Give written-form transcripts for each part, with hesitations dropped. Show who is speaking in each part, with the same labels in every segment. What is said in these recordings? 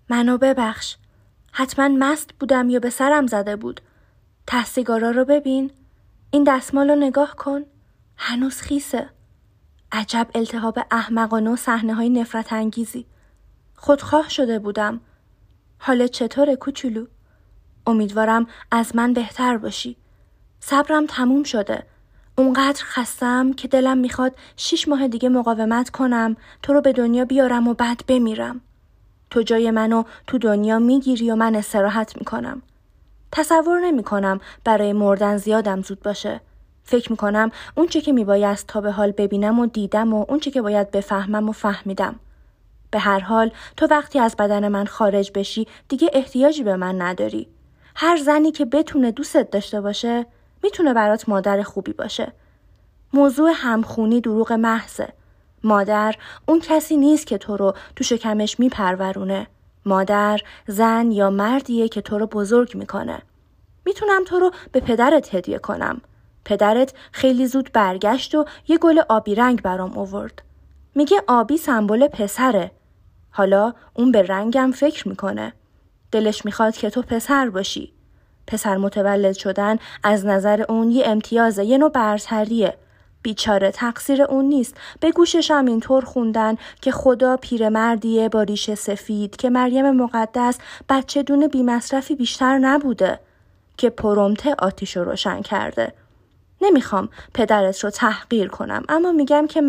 Speaker 1: منو ببخش. حتما مست بودم یا به سرم زده بود. ته سیگارا رو ببین. این دستمال رو نگاه کن. هنوز خیسه. عجب التهاب احمقانه و صحنه‌های نفرت انگیزی. خودخواه شده بودم. حالت چطوره کوچولو؟ امیدوارم از من بهتر باشی. صبرم تموم شده. اونقدر خستم که دلم میخواد 6 ماه دیگه مقاومت کنم، تو رو به دنیا بیارم و بعد بمیرم. تو جای منو تو دنیا میگیری و من استراحت میکنم. تصور نمیکنم برای مردن زیادم زود باشه. فکر میکنم اون چه که میبایست تا به حال ببینم و دیدم و اون چه که باید بفهمم و فهمیدم. به هر حال تو وقتی از بدن من خارج بشی دیگه احتیاجی به من نداری. هر زنی که بتونه دوستت داشته باشه میتونه برات مادر خوبی باشه. موضوع همخونی دروغ محضه. مادر اون کسی نیست که تو رو تو شکمش میپرورونه. مادر زن یا مردیه که تو رو بزرگ میکنه. میتونم تو رو به پدرت هدیه کنم. پدرت خیلی زود برگشت و یه گل آبی رنگ برام آورد. میگه آبی سمبل پسره. حالا اون به رنگم فکر میکنه. دلش میخواد که تو پسر باشی. پسر متولد شدن از نظر اون یه امتیازه، یه نوع برتریه. بیچاره تقصیر اون نیست. به گوششم اینطور خوندن که خدا پیرمردیه با ریش سفید که مریم مقدس بچه دون بی مصرفی بیشتر نبوده که پرومته آتیش رو روشن کرده. نمیخوام پدرت رو تحقیر کنم، اما میگم که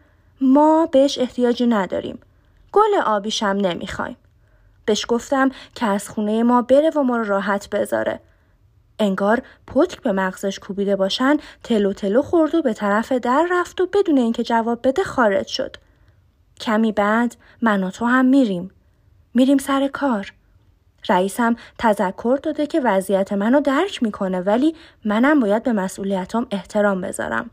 Speaker 1: ما بهش احتیاجی نداریم. گل آبیشم نمیخوایم. بهش گفتم که از خونه ما بره و ما رو راحت بذاره. انگار پتک به مغزش کوبیده باشن تلو تلو خورد و به طرف در رفت و بدون اینکه جواب بده خارج شد. کمی بعد من و تو هم میریم سر کار. رئیسم تذکر داده که وضعیت منو درک میکنه، ولی منم باید به مسئولیتام احترام بذارم.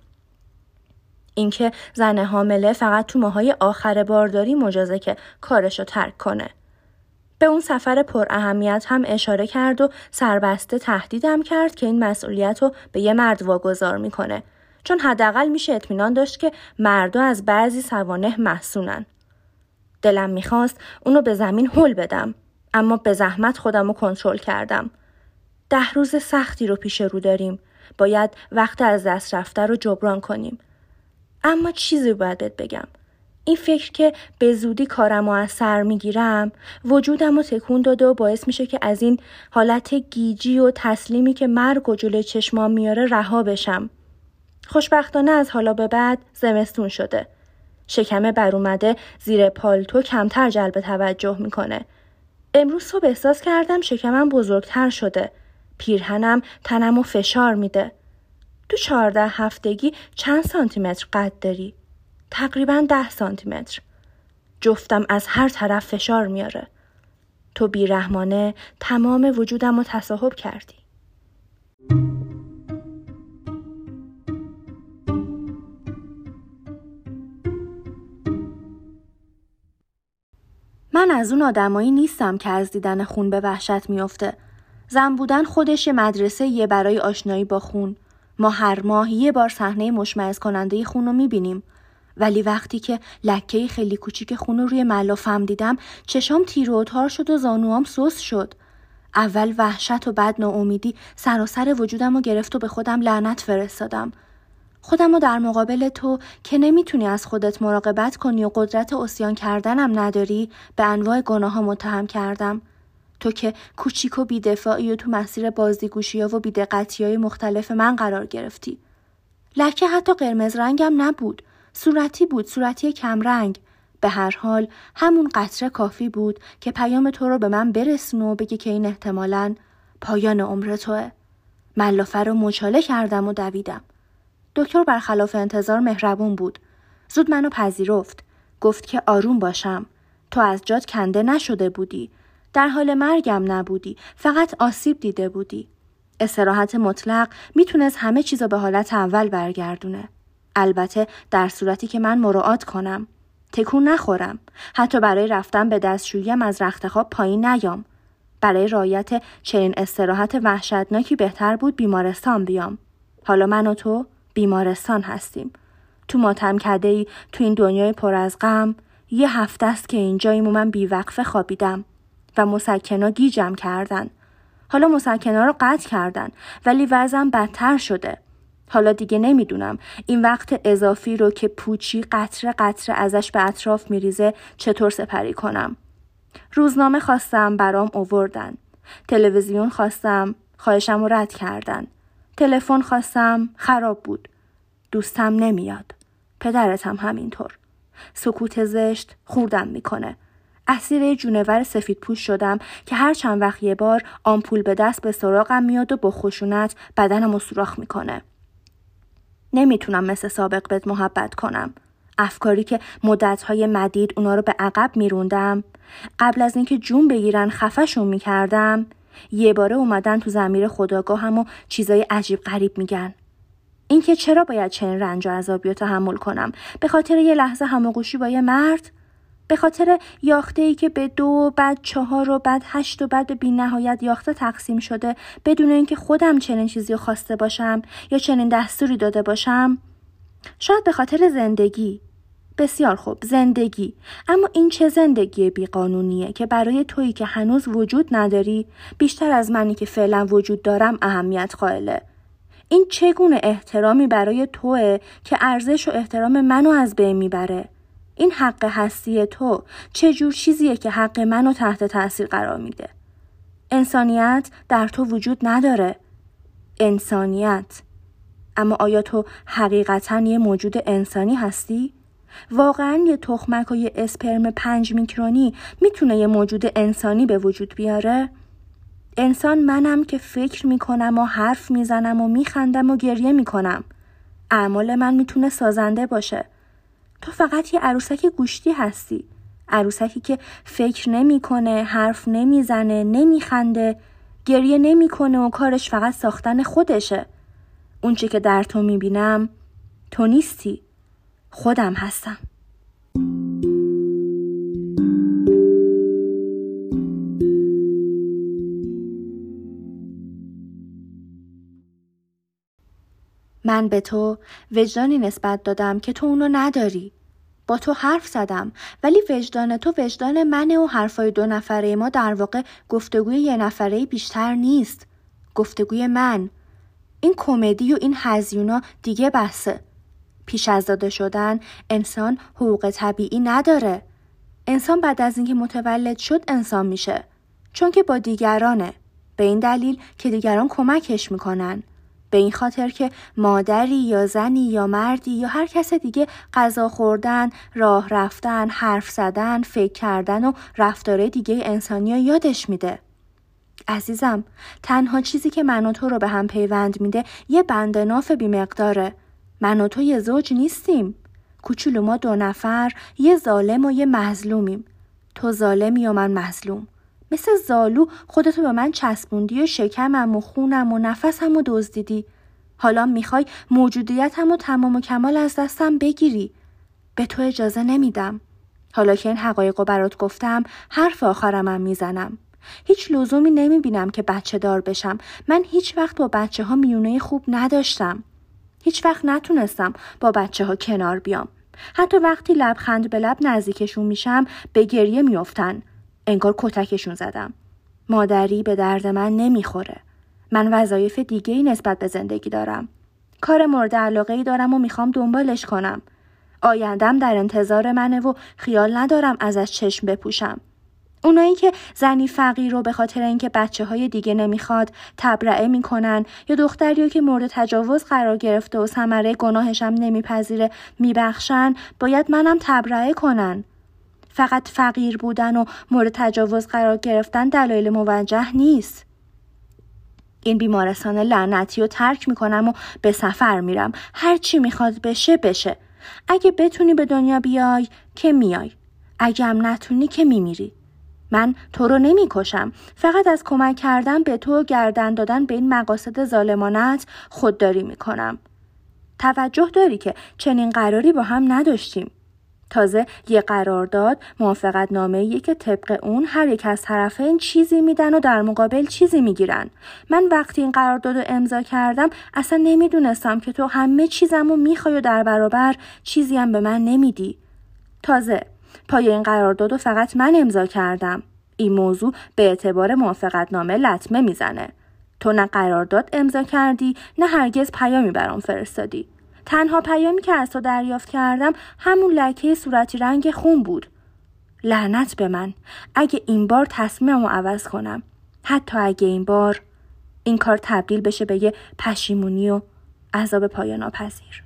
Speaker 1: اینکه زن حامله فقط تو ماهای آخر بارداری مجازه که کارشو ترک کنه. به اون سفر پر اهمیت هم اشاره کرد و سربسته تهدیدم کرد که این مسئولیت رو به یه مرد واگذار میکنه، چون حداقل میشه اطمینان داشت که مردا از بعضی سوانح محصونن. دلم میخواست اونو به زمین هل بدم، اما به زحمت خودمو کنترل کردم. 10 روز سختی رو پیش رو داریم. باید وقت از دست رفته رو جبران کنیم. اما چیزی باید بهت بگم. این فکر که به زودی کارمو از سر میگیرم وجودمو تکون داده و باعث میشه که از این حالت گیجی و تسلیمی که مرگ و جلوی چشمام میاره رها بشم. خوشبختانه از حالا به بعد زمستون شده. شکم بر اومده زیر پالتو کمتر جلب توجه میکنه. امروز صبح احساس کردم شکمم بزرگتر شده. پیرهنم تنمو فشار میده. تو 14 هفتگی چند سانتیمتر قد داری؟ تقریباً 10 سانتیمتر. جفتم از هر طرف فشار میاره. تو بیرحمانه تمام وجودم رو تصاحب کردی. من از اون آدمایی نیستم که از دیدن خون به وحشت میفته. زن بودن خودش یه مدرسه یه برای آشنایی با خون. ما هر ماه یه بار صحنه مشمئز کننده خون رو میبینیم. ولی وقتی که لکه خیلی کوچیک خون رو روی ملافم دیدم چشام تیر و تار شد و زانوام سوس شد. اول وحشت و بعد ناامیدی سراسر وجودم رو گرفت و به خودم لعنت فرستادم. خودم رو در مقابل تو که نمیتونی از خودت مراقبت کنی و قدرت عصیان کردنم نداری به انواع گناه‌ها متهم کردم. تو که کوچیک و بی‌دفاعی و تو مسیر بازیگوشی‌ها و بی‌دقتی‌های مختلف من قرار گرفتی. لکه حتی قرمز رنگم نبود. صورتی بود، صورتی کمرنگ. به هر حال همون قطره کافی بود که پیام تو رو به من برسونه و بگی که این احتمالاً پایان عمر توه. ملافه رو مچاله کردم و دویدم. دکتر برخلاف انتظار مهربون بود. زود منو پذیرفت. گفت که آروم باشم. تو از جات کنده نشده بودی. در حال مرگم نبودی. فقط آسیب دیده بودی. استراحت مطلق میتونست همه چیزو به حالت اول برگردونه. البته در صورتی که من مراعات کنم. تکون نخورم. حتی برای رفتن به دستشوییم از رخت خواب پایین نیام. برای رعایت چنین استراحت وحشتناکی بهتر بود بیمارستان بیام. حالا من و تو بیمارستان هستیم. تو ماتم کده‌ای تو این دنیای پر از غم. 1 هفته است که اینجاییم و من بیوقفه خوابیدم. و مسکنا گیجم کردن. حالا مسکنا رو قطع کردن ولی وضعم بدتر شده. حالا دیگه نمیدونم این وقت اضافی رو که پوچی قطره قطره ازش به اطراف میریزه چطور سپری کنم. روزنامه خواستم برام آوردن. تلویزیون خواستم، خواهشم رو رد کردن. تلفن خواستم، خراب بود. دوستم نمیاد. پدرتم همینطور. سکوت زشت خوردم میکنه. اسیر جونور سفید پوش شدم که هر چند وقت یه بار آمپول به دست به سراغم میاد و با خشونت بدنم رو سوراخ میکنه. نمیتونم مثل سابق بهت محبت کنم. افکاری که مدتهای مدید اونا رو به عقب میروندم، قبل از اینکه جون بگیرن خفه‌شون میکردم، یه باره اومدن تو ضمیر خودآگاهم و چیزای عجیب غریب میگن. اینکه چرا باید چنین رنج و عذابی رو تحمل کنم؟ به خاطر یه لحظه هماغوشی با یه مرد؟ به خاطر یاخته‌ای که به 2 بعد 4 و بعد 8 و بعد به بی‌نهایت یاخته تقسیم شده بدون اینکه خودم چنین چیزی رو خواسته باشم یا چنین دستوری داده باشم؟ شاید به خاطر زندگی. بسیار خوب، زندگی. اما این چه زندگی بیقانونیه که برای تویی که هنوز وجود نداری بیشتر از منی که فعلا وجود دارم اهمیت قائله؟ این چگونه احترامی برای توئه که ارزش و احترام منو از بین میبره؟ این حق هستی تو چه جور چیزیه که حق منو تحت تاثیر قرار میده؟ انسانیت در تو وجود نداره. انسانیت. اما آیا تو حقیقتاً یه موجود انسانی هستی؟ واقعاً یه تخمک و یه اسپرم 5 میکرونی میتونه یه موجود انسانی به وجود بیاره؟ انسان منم که فکر میکنم و حرف میزنم و میخندم و گریه میکنم. اعمال من میتونه سازنده باشه. تو فقط یه عروسک گوشتی هستی. عروسکی که فکر نمیکنه، حرف نمیزنه، نمیخنده، گریه نمیکنه و کارش فقط ساختن خودشه. اون چی که در تو میبینم تو نیستی. خودم هستم. من به تو وجدانی نسبت دادم که تو اونو نداری. با تو حرف زدم ولی وجدان تو وجدان منه و حرفای 2 نفره ما در واقع گفتگوی 1 نفره بیشتر نیست. گفتگوی من. این کمدی و این هزیونا دیگه بحثه. پیش از داده شدن انسان حقوق طبیعی نداره. انسان بعد از اینکه متولد شد انسان میشه. چون که با دیگرانه. به این دلیل که دیگران کمکش میکنن. به این خاطر که مادری یا زنی یا مردی یا هر کس دیگه غذا خوردن، راه رفتن، حرف زدن، فکر کردن و رفتارهای دیگه انسانی رو یادش میده. عزیزم، تنها چیزی که من و تو رو به هم پیوند میده یه بند ناف بی‌مقداره. من و تو یه زوج نیستیم. کوچولو ما 2 نفر، یه ظالم و یه مظلومیم. تو ظالمی و من مظلوم. مثل زالو خودتو به من چسبوندی و شکمم و خونم و نفسم و دزدیدی. حالا میخوای موجودیتم و تمام و کمال از دستم بگیری. به تو اجازه نمیدم. حالا که این حقایقو برات گفتم حرف آخرمم میزنم. هیچ لزومی نمیبینم که بچه دار بشم. من هیچ وقت با بچه ها میونه خوب نداشتم. هیچ وقت نتونستم با بچه ها کنار بیام. حتی وقتی لبخند به لب نزدیکشون میشم به گریه میافتن. انگار کتکشون زدم. مادری به درد من نمیخوره. من وظایف دیگه‌ای نسبت به زندگی دارم. کار مورد علاقه‌ای دارم و میخوام دنبالش کنم. آیندم در انتظار منه و خیال ندارم ازش چشم بپوشم. اونایی که زنی فقیر رو به خاطر اینکه بچه‌های دیگه نمیخواد تبرئه میکنن یا دختریو که مورد تجاوز قرار گرفته و ثمره گناهش هم نمیپذیره میبخشن، باید منم تبرئه کنن. فقط فقیر بودن و مورد تجاوز قرار گرفتن دلایل موجه نیست. این بیمارستان لعنتی رو ترک میکنم و به سفر میرم. هر چی میخواد بشه بشه. اگه بتونی به دنیا بیای که میای. اگه هم نتونی که میمیری. من تو رو نمیکشم. فقط از کمک کردن به تو و گردن دادن به این مقاصد ظالمانت خودداری میکنم. توجه داری که چنین قراری با هم نداشتیم. تازه یه قرارداد موافقت نامه‌ایه که طبق اون هر یک از طرفین چیزی میدن و در مقابل چیزی میگیرن. من وقتی این قرارداد رو امضا کردم اصلا نمیدونستم که تو همه چیزمو میخوای و در برابر چیزی هم به من نمیدی. تازه پای این قرارداد رو فقط من امضا کردم. این موضوع به اعتبار موافقتنامه لطمه میزنه. تو نه قرارداد امضا کردی نه هرگز پیامی برام فرستادی. تنها پیامی که از تو دریافت کردم همون لکه صورتی رنگ خون بود. لعنت به من اگه این بار تصمیممو عوض کنم. حتی اگه این بار این کار تبدیل بشه به یه پشیمونی و عذاب پایان ناپذیر.